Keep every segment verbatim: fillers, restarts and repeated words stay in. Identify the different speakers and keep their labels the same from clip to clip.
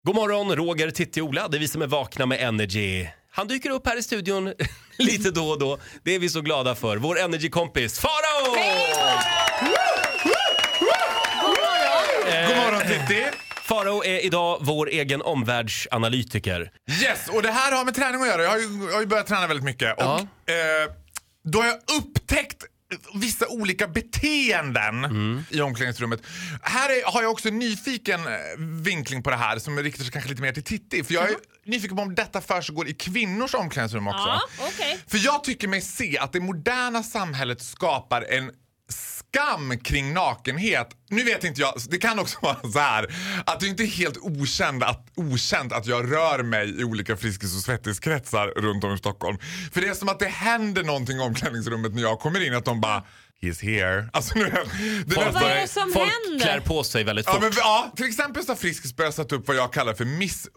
Speaker 1: God morgon, Roger, Titti, Ola. Det är vi som är vakna med Energy. Han dyker upp här i studion lite då och då. Det är vi så glada för. Vår Energy-kompis, Farao!
Speaker 2: Hej, Farao! God morgon!
Speaker 1: Eh,
Speaker 3: God morgon, Titti.
Speaker 1: Farao är idag vår egen omvärldsanalytiker.
Speaker 3: Yes, och det här har med träning att göra. Jag har ju, jag har ju börjat träna väldigt mycket.
Speaker 1: Ja.
Speaker 3: Och eh, då har jag upptäckt vissa olika beteenden mm. i omklädningsrummet. Här är, har jag också en nyfiken vinkling på det här som riktar sig kanske lite mer till Titti. För jag är mm. nyfiken på om detta försiggår i kvinnors omklädningsrum också.
Speaker 2: Ja, okay.
Speaker 3: För jag tycker mig se att det moderna samhället skapar en skam kring nakenhet. Nu vet inte jag, det kan också vara så här att det inte är helt okänd att, okänt att jag rör mig i olika Friskis- och Svettiskretsar runt om i Stockholm. För det är som att det händer någonting i omklädningsrummet när jag kommer in, att de bara he's here. Alltså nu, det
Speaker 1: folk
Speaker 2: vad är det som
Speaker 1: folk
Speaker 2: händer?
Speaker 1: klär på sig väldigt fort.
Speaker 3: Ja, men, ja, till exempel så har Friskis börjat sätta upp vad jag kallar för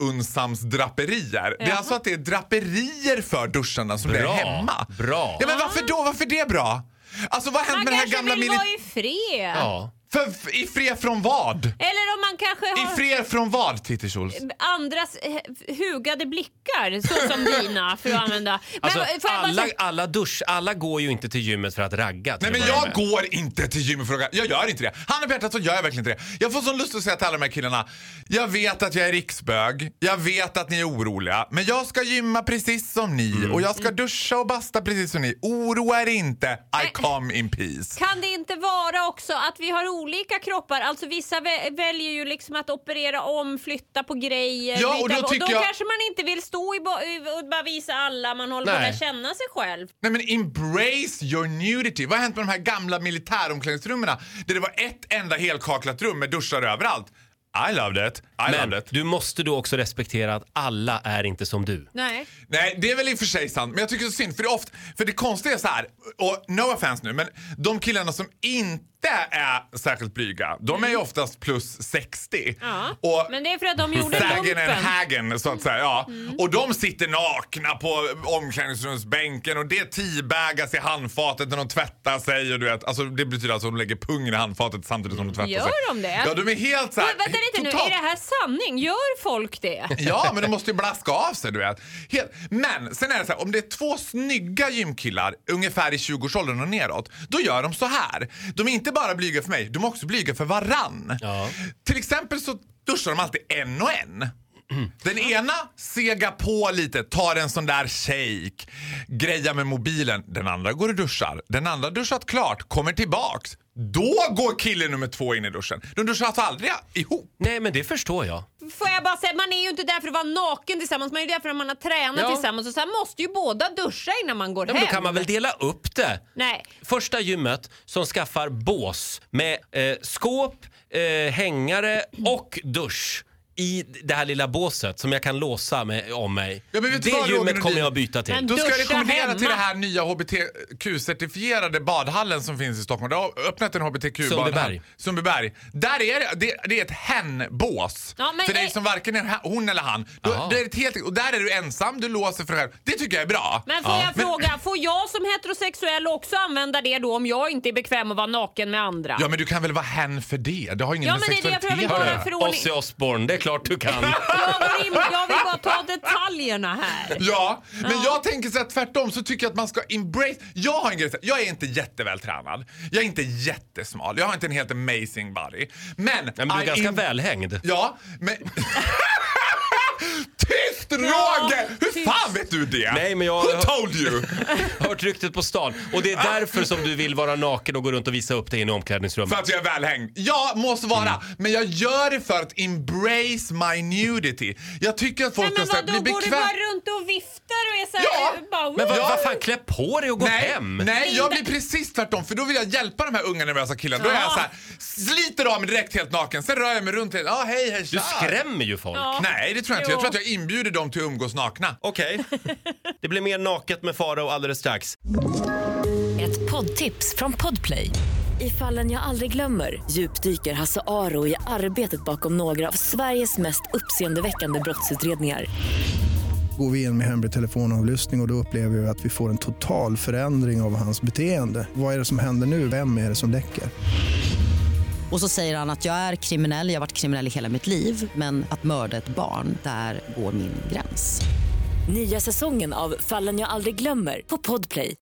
Speaker 3: missunsamsdraperier. Det är alltså att det är draperier för duscharna som
Speaker 1: Bra,
Speaker 3: det är hemma.
Speaker 1: Bra.
Speaker 3: Ja, men varför då? Varför det är bra? Alltså vad händer
Speaker 2: Man
Speaker 3: med det här
Speaker 2: kanske
Speaker 3: gamla
Speaker 2: vill
Speaker 3: mili-
Speaker 2: vara i fred.
Speaker 1: Ja.
Speaker 3: För, f- I fred från vad?
Speaker 2: Eller om man kanske har
Speaker 3: I fred från vad, Titti Schultz?
Speaker 2: andras eh, hugade blickar, så som dina, för att använda.
Speaker 1: Alltså,
Speaker 2: får jag bara
Speaker 1: alla,
Speaker 2: säga-
Speaker 1: alla dusch, alla går ju inte till gymmet för att ragga.
Speaker 3: Nej, men jag går inte till gymmet för att... Jag gör inte det. Han är hjärtat så gör jag verkligen inte det. Jag får så lust att säga till alla de här killarna: jag vet att jag är riksbög. Jag vet att ni är oroliga. Men jag ska gymma precis som ni. Mm. Och jag ska duscha och basta precis som ni. Oroa er inte. I
Speaker 2: Nej.
Speaker 3: come in peace.
Speaker 2: Kan det inte vara också att vi har olika kroppar? Alltså vissa vä- väljer ju liksom att operera om, flytta på grejer.
Speaker 3: Ja, och
Speaker 2: byta-
Speaker 3: då tycker
Speaker 2: och då
Speaker 3: jag-
Speaker 2: kanske man inte vill stå i bo- och bara visa alla. Man håller på
Speaker 1: Nej.
Speaker 2: att känna sig själv.
Speaker 3: Nej, men embrace your nudity. Vad har hänt med de här gamla militäromklädningsrummen där det var ett enda helkaklat rum med duschar överallt? I loved it. I
Speaker 1: Men
Speaker 3: loved it.
Speaker 1: du måste då också respektera att alla är inte som du.
Speaker 2: Nej.
Speaker 3: Nej, det är väl i och för sig sant. Men jag tycker det är synd. För det, är ofta, för det konstiga är så här, och no offense nu, men de killarna som inte är särskilt blyga, de är ju oftast plus sextio.
Speaker 2: Ja,
Speaker 3: Och
Speaker 2: men det är för att de gjorde
Speaker 3: Sagan and
Speaker 2: lumpen.
Speaker 3: Hagen, så att säga. Ja. Mm. Och de sitter nakna på omklädningsrumsbänken och det teabagas i handfatet när de tvättar sig. Och du vet, alltså, det betyder alltså att de lägger pungen i handfatet samtidigt som de tvättar
Speaker 2: Gör
Speaker 3: sig.
Speaker 2: de det?
Speaker 3: Ja, de är helt så här...
Speaker 2: Men, vänta lite nu,
Speaker 3: totalt-
Speaker 2: är det här sanning? Gör folk det?
Speaker 3: Ja, men de måste ju blaska av sig, du vet. Helt. Men sen är det så här, om det är två snygga gymkillar ungefär i tjugoårsåldern och neråt, då gör de så här. De är inte bara blyga för mig, de är också blyga för varann.
Speaker 1: Ja.
Speaker 3: Till exempel så duschar de alltid en och en. Den ena segar på lite, tar en sån där shake, grejar med mobilen. Den andra går och duschar. Den andra duschat klart, kommer tillbaks. Då går killen nummer två in i duschen. De duschar alltså aldrig ihop.
Speaker 1: Nej, men det förstår jag.
Speaker 2: Får jag bara säga, man är ju inte där för att vara naken tillsammans, man är ju där för att man har tränat
Speaker 1: Ja.
Speaker 2: tillsammans. Och sen måste ju båda duscha innan man går
Speaker 1: Ja, men
Speaker 2: hem.
Speaker 1: då kan man väl dela upp det.
Speaker 2: Nej.
Speaker 1: Första gymmet som skaffar bås med eh, skåp, eh, hängare och dusch i det här lilla båset som jag kan låsa med, om mig.
Speaker 3: Ja, men vet du
Speaker 1: det
Speaker 3: vad,
Speaker 1: gymmet
Speaker 3: Roger,
Speaker 1: kommer
Speaker 3: du-
Speaker 1: jag byta till.
Speaker 2: Men
Speaker 3: Då ska jag
Speaker 2: duscha
Speaker 3: rekommendera
Speaker 2: hemma.
Speaker 3: till det här nya H B T Q-certifierade badhallen som finns i Stockholm. Det har öppnat en H B T Q-badhall.
Speaker 1: Sundbyberg.
Speaker 3: Sundbyberg. Där är det, det, det är ett hen-bås.
Speaker 2: Ja, men
Speaker 3: för dig
Speaker 2: det-
Speaker 3: som varken är hon eller han. Då,
Speaker 1: Aha.
Speaker 3: det är ett helt, och där är du ensam, du låser för dig själv. Det tycker jag är bra.
Speaker 2: Men får
Speaker 1: Ja.
Speaker 2: jag fråga, får jag som heterosexuell också använda det då om jag inte är bekväm att vara naken med andra?
Speaker 3: Ja, men du kan väl vara hen för det? Det har ingen
Speaker 2: Ja,
Speaker 3: med
Speaker 2: men det är det jag
Speaker 3: sexualitet
Speaker 2: vill
Speaker 3: att
Speaker 2: bara
Speaker 3: göra.
Speaker 2: förordning.
Speaker 1: Ozzy Osbourne, det är klart du kan.
Speaker 2: Jag, går in, jag vill bara ta detaljerna här.
Speaker 3: Ja, men jag tänker så här, tvärtom så tycker jag att man ska embrace. Jag har en grej, jag är inte jättevältränad. Jag är inte jättesmal. Jag har inte en helt amazing body. Men,
Speaker 1: Ja, men du är
Speaker 3: I
Speaker 1: ganska
Speaker 3: em-
Speaker 1: välhängd.
Speaker 3: Ja, men... Tyst, Roger! Hur
Speaker 2: tyst.
Speaker 3: fan vet du det?
Speaker 1: Nej, men jag-
Speaker 3: Who told you?
Speaker 1: Jag har hört ryktet på stan. Och det är därför som du vill vara naken och gå runt och visa upp dig in i omklädningsrummet.
Speaker 3: För att jag är välhängd. Ja, måste vara.
Speaker 1: Mm.
Speaker 3: Men jag gör det för att embrace my nudity. Jag tycker att folk
Speaker 2: Nej, men
Speaker 3: ska
Speaker 2: vad,
Speaker 3: bli
Speaker 2: då går du
Speaker 3: bekväm.
Speaker 2: bara runt och viftar och är så här,
Speaker 3: Ja,
Speaker 2: bara,
Speaker 1: Men vad,
Speaker 3: Ja.
Speaker 1: vad fan, klä på dig och gå
Speaker 3: Nej,
Speaker 1: hem.
Speaker 3: nej, jag blir precis tvärtom. För då vill jag hjälpa de här unga nervösa killarna. Då är jag så här, sliter av mig direkt helt naken. Sen rör jag mig runt helt. Ja, hej, hej,
Speaker 1: Du
Speaker 3: tja.
Speaker 1: skrämmer ju folk.
Speaker 2: Ja.
Speaker 3: Nej, det tror jag inte.
Speaker 2: Jo.
Speaker 3: Jag tror att jag inbjuder dem till att umgås nakna.
Speaker 1: Okej. Det blir mer naket med Farao alldeles strax.
Speaker 4: Ett poddtips från Podplay. I Fallen jag aldrig glömmer djupdyker Hasse Aro i arbetet bakom några av Sveriges mest uppseendeväckande brottsutredningar.
Speaker 5: Går vi in med hemlig telefonavlyssning och, och då upplever vi att vi får en total förändring av hans beteende. Vad är det som händer nu? Vem är det som läcker?
Speaker 6: Och så säger han att jag är kriminell, jag har varit kriminell i hela mitt liv. Men att mörda ett barn, där går min gräns.
Speaker 4: Nya säsongen av Fallen jag aldrig glömmer på Podplay.